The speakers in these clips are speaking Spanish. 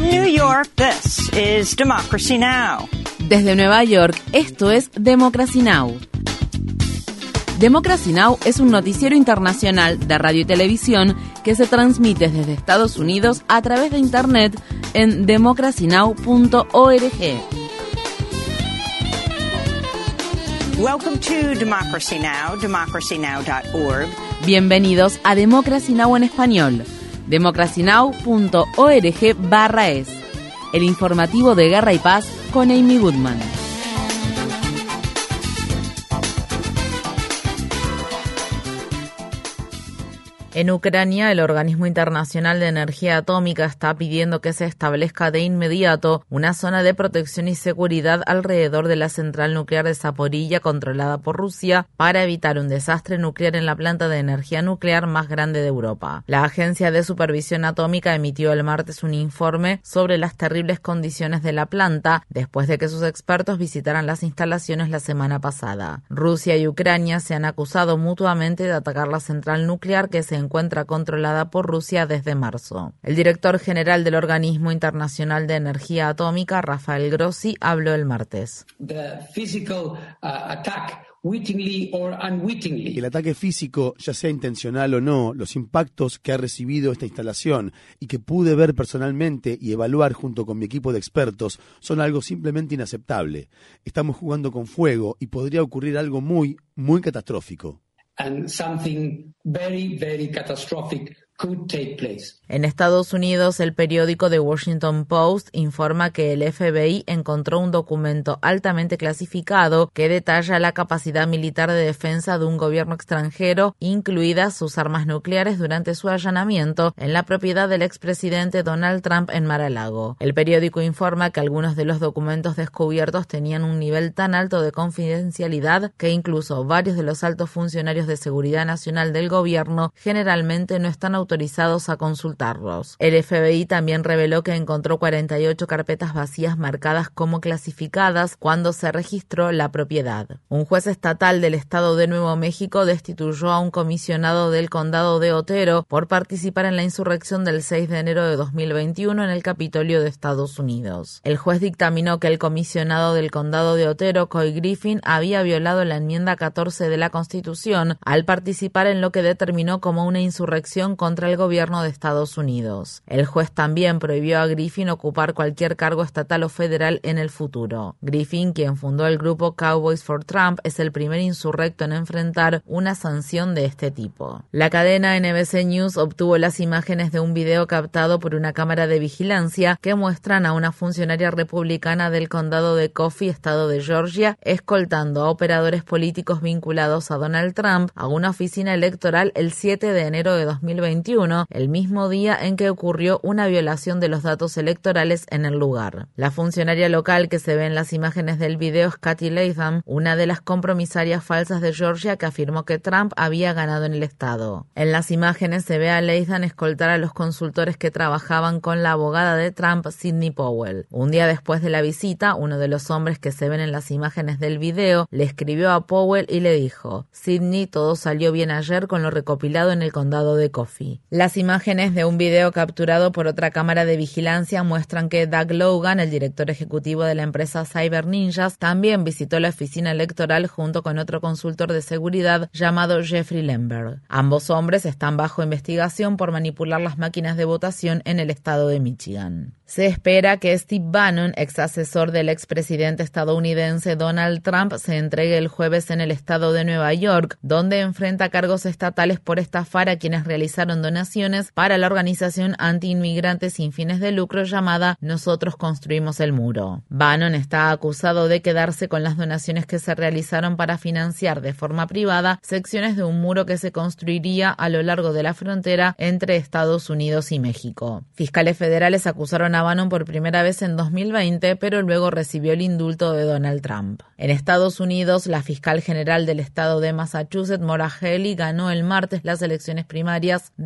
From New York, this is Democracy Now! Desde Nueva York, esto es Democracy Now! Democracy Now! Es un noticiero internacional de radio y televisión que se transmite desde Estados Unidos a través de Internet en democracynow.org. Welcome to Democracy Now!, democracynow.org. Bienvenidos a Democracy Now! En español, democracynow.org/es. El informativo de Guerra y Paz con Amy Goodman. En Ucrania, el Organismo Internacional de Energía Atómica está pidiendo que se establezca de inmediato una zona de protección y seguridad alrededor de la central nuclear de Zaporilla controlada por Rusia para evitar un desastre nuclear en la planta de energía nuclear más grande de Europa. La Agencia de Supervisión Atómica emitió el martes un informe sobre las terribles condiciones de la planta después de que sus expertos visitaran las instalaciones la semana pasada. Rusia y Ucrania se han acusado mutuamente de atacar la central nuclear que se encuentra controlada por Rusia desde marzo. El director general del Organismo Internacional de Energía Atómica, Rafael Grossi, habló el martes. El ataque físico, ya sea intencional o no, los impactos que ha recibido esta instalación y que pude ver personalmente y evaluar junto con mi equipo de expertos son algo simplemente inaceptable. Estamos jugando con fuego y podría ocurrir algo muy, muy catastrófico. And something very, very catastrophic could take place. En Estados Unidos, el periódico The Washington Post informa que el FBI encontró un documento altamente clasificado que detalla la capacidad militar de defensa de un gobierno extranjero, incluidas sus armas nucleares, durante su allanamiento en la propiedad del expresidente Donald Trump en Mar-a-Lago. El periódico informa que algunos de los documentos descubiertos tenían un nivel tan alto de confidencialidad que incluso varios de los altos funcionarios de seguridad nacional del gobierno generalmente no están autorizados a consultarlos. El FBI también reveló que encontró 48 carpetas vacías marcadas como clasificadas cuando se registró la propiedad. Un juez estatal del estado de Nuevo México destituyó a un comisionado del condado de Otero por participar en la insurrección del 6 de enero de 2021 en el Capitolio de Estados Unidos. El juez dictaminó que el comisionado del condado de Otero, Couy Griffin, había violado la enmienda 14 de la Constitución al participar en lo que determinó como una insurrección contra el gobierno de Estados Unidos. El juez también prohibió a Griffin ocupar cualquier cargo estatal o federal en el futuro. Griffin, quien fundó el grupo Cowboys for Trump, es el primer insurrecto en enfrentar una sanción de este tipo. La cadena NBC News obtuvo las imágenes de un video captado por una cámara de vigilancia que muestran a una funcionaria republicana del condado de Coffee, estado de Georgia, escoltando a operadores políticos vinculados a Donald Trump a una oficina electoral el 7 de enero de 2021, el mismo día en que ocurrió una violación de los datos electorales en el lugar. La funcionaria local que se ve en las imágenes del video es Kathy Latham, una de las compromisarias falsas de Georgia que afirmó que Trump había ganado en el estado. En las imágenes se ve a Latham escoltar a los consultores que trabajaban con la abogada de Trump, Sidney Powell. Un día después de la visita, uno de los hombres que se ven en las imágenes del video le escribió a Powell y le dijo: Sidney, todo salió bien ayer con lo recopilado en el condado de Coffee. Las imágenes de un video capturado por otra cámara de vigilancia muestran que Doug Logan, el director ejecutivo de la empresa Cyber Ninjas, también visitó la oficina electoral junto con otro consultor de seguridad llamado Jeffrey Lemberg. Ambos hombres están bajo investigación por manipular las máquinas de votación en el estado de Michigan. Se espera que Steve Bannon, ex asesor del expresidente estadounidense Donald Trump, se entregue el jueves en el estado de Nueva York, donde enfrenta cargos estatales por estafar a quienes realizaron donaciones para la organización anti-inmigrante sin fines de lucro llamada Nosotros Construimos el Muro. Bannon está acusado de quedarse con las donaciones que se realizaron para financiar de forma privada secciones de un muro que se construiría a lo largo de la frontera entre Estados Unidos y México. Fiscales federales acusaron a Bannon por primera vez en 2020, pero luego recibió el indulto de Donald Trump. En Estados Unidos, la fiscal general del estado de Massachusetts, Maura Healey, ganó el martes las elecciones primarias de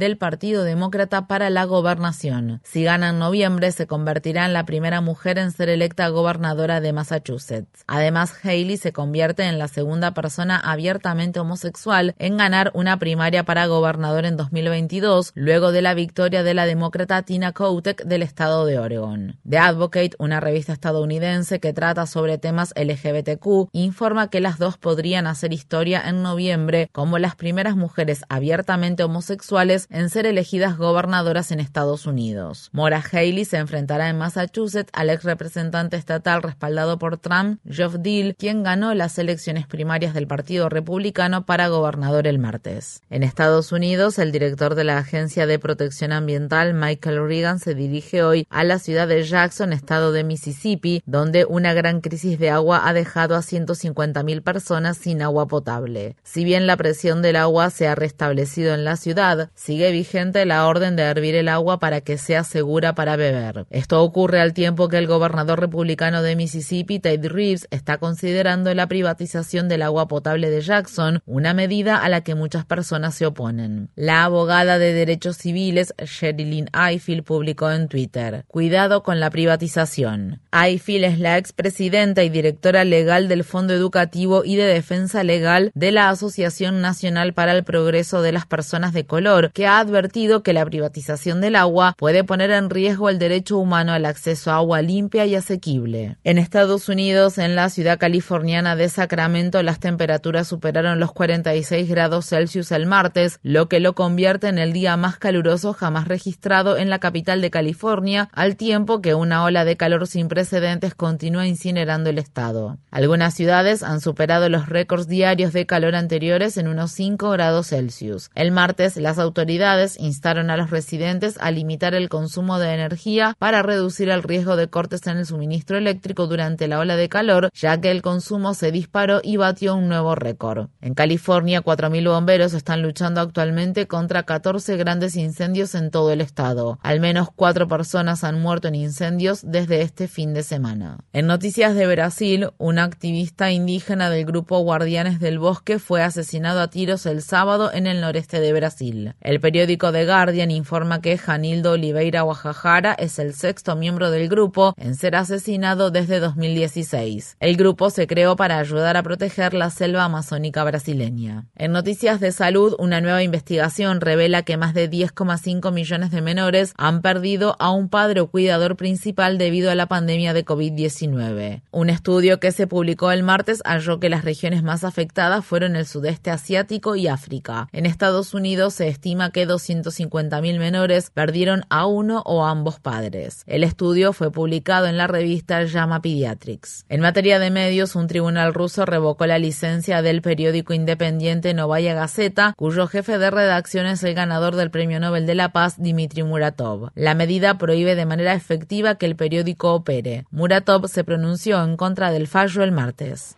del Partido Demócrata para la gobernación. Si gana en noviembre, se convertirá en la primera mujer en ser electa gobernadora de Massachusetts. Además, Haley se convierte en la segunda persona abiertamente homosexual en ganar una primaria para gobernador en 2022, luego de la victoria de la demócrata Tina Kotek del estado de Oregon. The Advocate, una revista estadounidense que trata sobre temas LGBTQ, informa que las dos podrían hacer historia en noviembre como las primeras mujeres abiertamente homosexuales en ser elegidas gobernadoras en Estados Unidos. Maura Haley se enfrentará en Massachusetts al ex representante estatal respaldado por Trump, Geoff Diehl, quien ganó las elecciones primarias del Partido Republicano para gobernador el martes. En Estados Unidos, el director de la Agencia de Protección Ambiental, Michael Regan, se dirige hoy a la ciudad de Jackson, estado de Mississippi, donde una gran crisis de agua ha dejado a 150.000 personas sin agua potable. Si bien la presión del agua se ha restablecido en la ciudad, sigue vigente la orden de hervir el agua para que sea segura para beber. Esto ocurre al tiempo que el gobernador republicano de Mississippi, Ted Reeves, está considerando la privatización del agua potable de Jackson, una medida a la que muchas personas se oponen. La abogada de derechos civiles, Sherilyn Ifill, publicó en Twitter: "Cuidado con la privatización". Ifill es la expresidenta y directora legal del Fondo Educativo y de Defensa Legal de la Asociación Nacional para el Progreso de las Personas de Color, que ha advertido que la privatización del agua puede poner en riesgo el derecho humano al acceso a agua limpia y asequible. En Estados Unidos, en la ciudad californiana de Sacramento, las temperaturas superaron los 46 grados Celsius el martes, lo que lo convierte en el día más caluroso jamás registrado en la capital de California, al tiempo que una ola de calor sin precedentes continúa incinerando el estado. Algunas ciudades han superado los récords diarios de calor anteriores en unos 5 grados Celsius. El martes, las autoridades instaron a los residentes a limitar el consumo de energía para reducir el riesgo de cortes en el suministro eléctrico durante la ola de calor, ya que el consumo se disparó y batió un nuevo récord. En California, 4.000 bomberos están luchando actualmente contra 14 grandes incendios en todo el estado. Al menos 4 personas han muerto en incendios desde este fin de semana. En noticias de Brasil, un activista indígena del grupo Guardianes del Bosque fue asesinado a tiros el sábado en el noreste de Brasil. El periódico The Guardian informa que Janildo Oliveira Guajajara es el 6º miembro del grupo en ser asesinado desde 2016. El grupo se creó para ayudar a proteger la selva amazónica brasileña. En noticias de salud, una nueva investigación revela que más de 10,5 millones de menores han perdido a un padre o cuidador principal debido a la pandemia de COVID-19. Un estudio que se publicó el martes halló que las regiones más afectadas fueron el sudeste asiático y África. En Estados Unidos se estima que 250.000 menores perdieron a uno o ambos padres. El estudio fue publicado en la revista JAMA Pediatrics. En materia de medios, un tribunal ruso revocó la licencia del periódico independiente Novaya Gazeta, cuyo jefe de redacción es el ganador del Premio Nobel de la Paz, Dmitry Muratov. La medida prohíbe de manera efectiva que el periódico opere. Muratov se pronunció en contra del fallo el martes.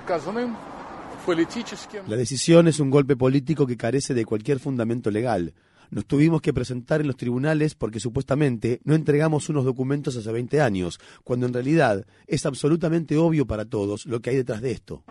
La decisión es un golpe político que carece de cualquier fundamento legal. Nos tuvimos que presentar en los tribunales porque supuestamente no entregamos unos documentos hace 20 años, cuando en realidad es absolutamente obvio para todos lo que hay detrás de esto.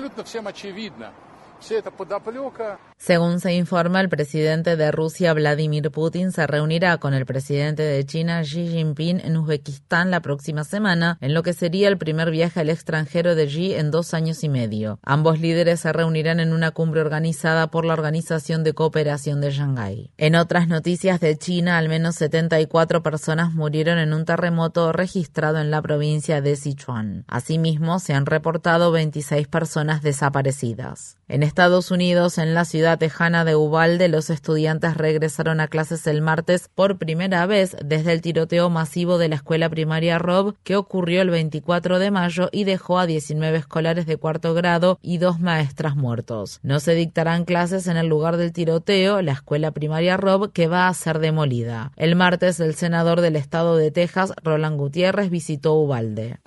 Según se informa, el presidente de Rusia, Vladimir Putin, se reunirá con el presidente de China, Xi Jinping, en Uzbekistán la próxima semana, en lo que sería el primer viaje al extranjero de Xi en 2 años y medio. Ambos líderes se reunirán en una cumbre organizada por la Organización de Cooperación de Shanghái. En otras noticias de China, al menos 74 personas murieron en un terremoto registrado en la provincia de Sichuan. Asimismo, se han reportado 26 personas desaparecidas. En Estados Unidos, en la ciudad tejana de Uvalde, los estudiantes regresaron a clases el martes por primera vez desde el tiroteo masivo de la escuela primaria Robb, que ocurrió el 24 de mayo y dejó a 19 escolares de 4º grado y 2 maestras muertos. No se dictarán clases en el lugar del tiroteo, la escuela primaria Robb, que va a ser demolida. El martes, el senador del estado de Texas, Roland Gutiérrez, visitó Uvalde.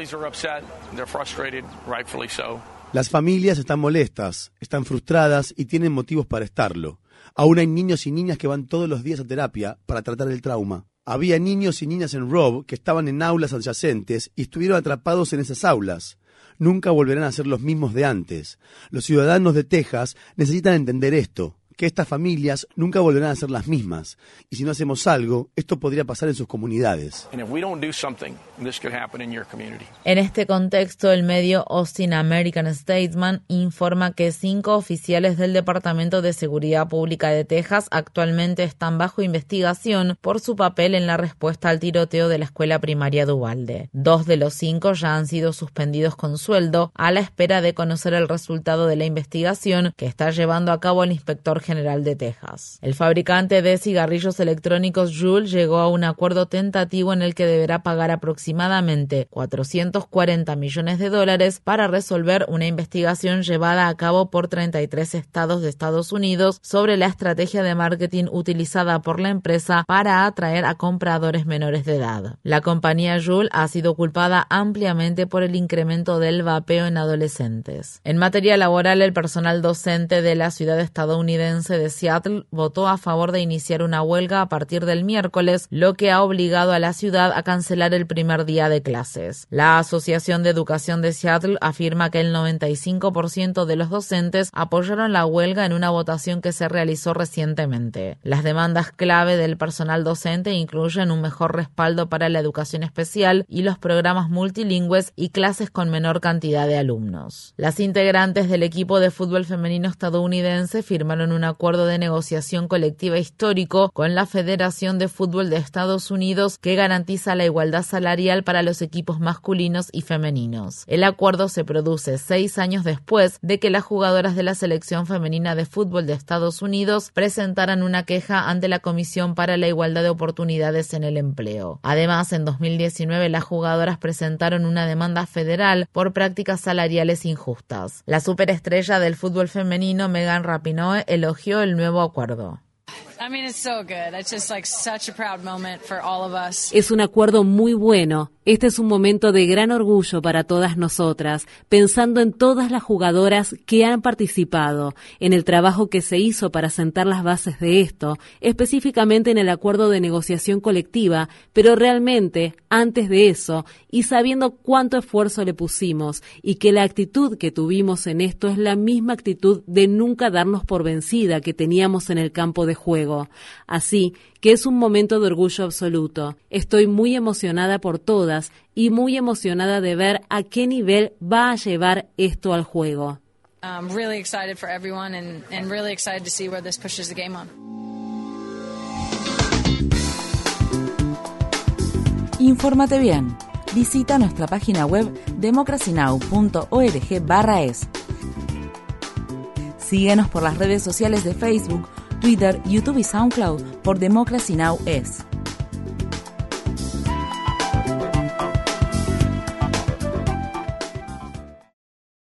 Las familias están molestas, están frustradas y tienen motivos para estarlo. Aún hay niños y niñas que van todos los días a terapia para tratar el trauma. Había niños y niñas en Robb que estaban en aulas adyacentes y estuvieron atrapados en esas aulas. Nunca volverán a ser los mismos de antes. Los ciudadanos de Texas necesitan entender esto, que estas familias nunca volverán a ser las mismas. Y si no hacemos algo, esto podría pasar en sus comunidades. En este contexto, el medio Austin American Statesman informa que 5 oficiales del Departamento de Seguridad Pública de Texas actualmente están bajo investigación por su papel en la respuesta al tiroteo de la escuela primaria de Uvalde. 2 de los 5 ya han sido suspendidos con sueldo a la espera de conocer el resultado de la investigación que está llevando a cabo el inspector general de Texas. El fabricante de cigarrillos electrónicos Juul llegó a un acuerdo tentativo en el que deberá pagar aproximadamente $440 millones para resolver una investigación llevada a cabo por 33 estados de Estados Unidos sobre la estrategia de marketing utilizada por la empresa para atraer a compradores menores de edad. La compañía Juul ha sido culpada ampliamente por el incremento del vapeo en adolescentes. En materia laboral, el personal docente de la ciudad estadounidense de Seattle votó a favor de iniciar una huelga a partir del miércoles, lo que ha obligado a la ciudad a cancelar el primer día de clases. La Asociación de Educación de Seattle afirma que el 95% de los docentes apoyaron la huelga en una votación que se realizó recientemente. Las demandas clave del personal docente incluyen un mejor respaldo para la educación especial y los programas multilingües y clases con menor cantidad de alumnos. Las integrantes del equipo de fútbol femenino estadounidense firmaron un acuerdo de negociación colectiva histórico con la Federación de Fútbol de Estados Unidos que garantiza la igualdad salarial para los equipos masculinos y femeninos. El acuerdo se produce 6 años después de que las jugadoras de la selección femenina de fútbol de Estados Unidos presentaran una queja ante la Comisión para la Igualdad de Oportunidades en el Empleo. Además, en 2019 las jugadoras presentaron una demanda federal por prácticas salariales injustas. La superestrella del fútbol femenino Megan Rapinoe elogió el nuevo acuerdo. Es un acuerdo muy bueno. Este es un momento de gran orgullo para todas nosotras, pensando en todas las jugadoras que han participado, en el trabajo que se hizo para sentar las bases de esto, específicamente en el acuerdo de negociación colectiva, pero realmente, antes de eso, y sabiendo cuánto esfuerzo le pusimos, y que la actitud que tuvimos en esto es la misma actitud de nunca darnos por vencida que teníamos en el campo de juego. Así que es un momento de orgullo absoluto. Estoy muy emocionada por todas y muy emocionada de ver a qué nivel va a llevar esto al juego. Really excited for everyone and really excited to see where this pushes the game on. Infórmate bien. Visita nuestra página web democracynow.org/es. Síguenos por las redes sociales de Facebook, Twitter, YouTube y SoundCloud por Democracy Now! Es.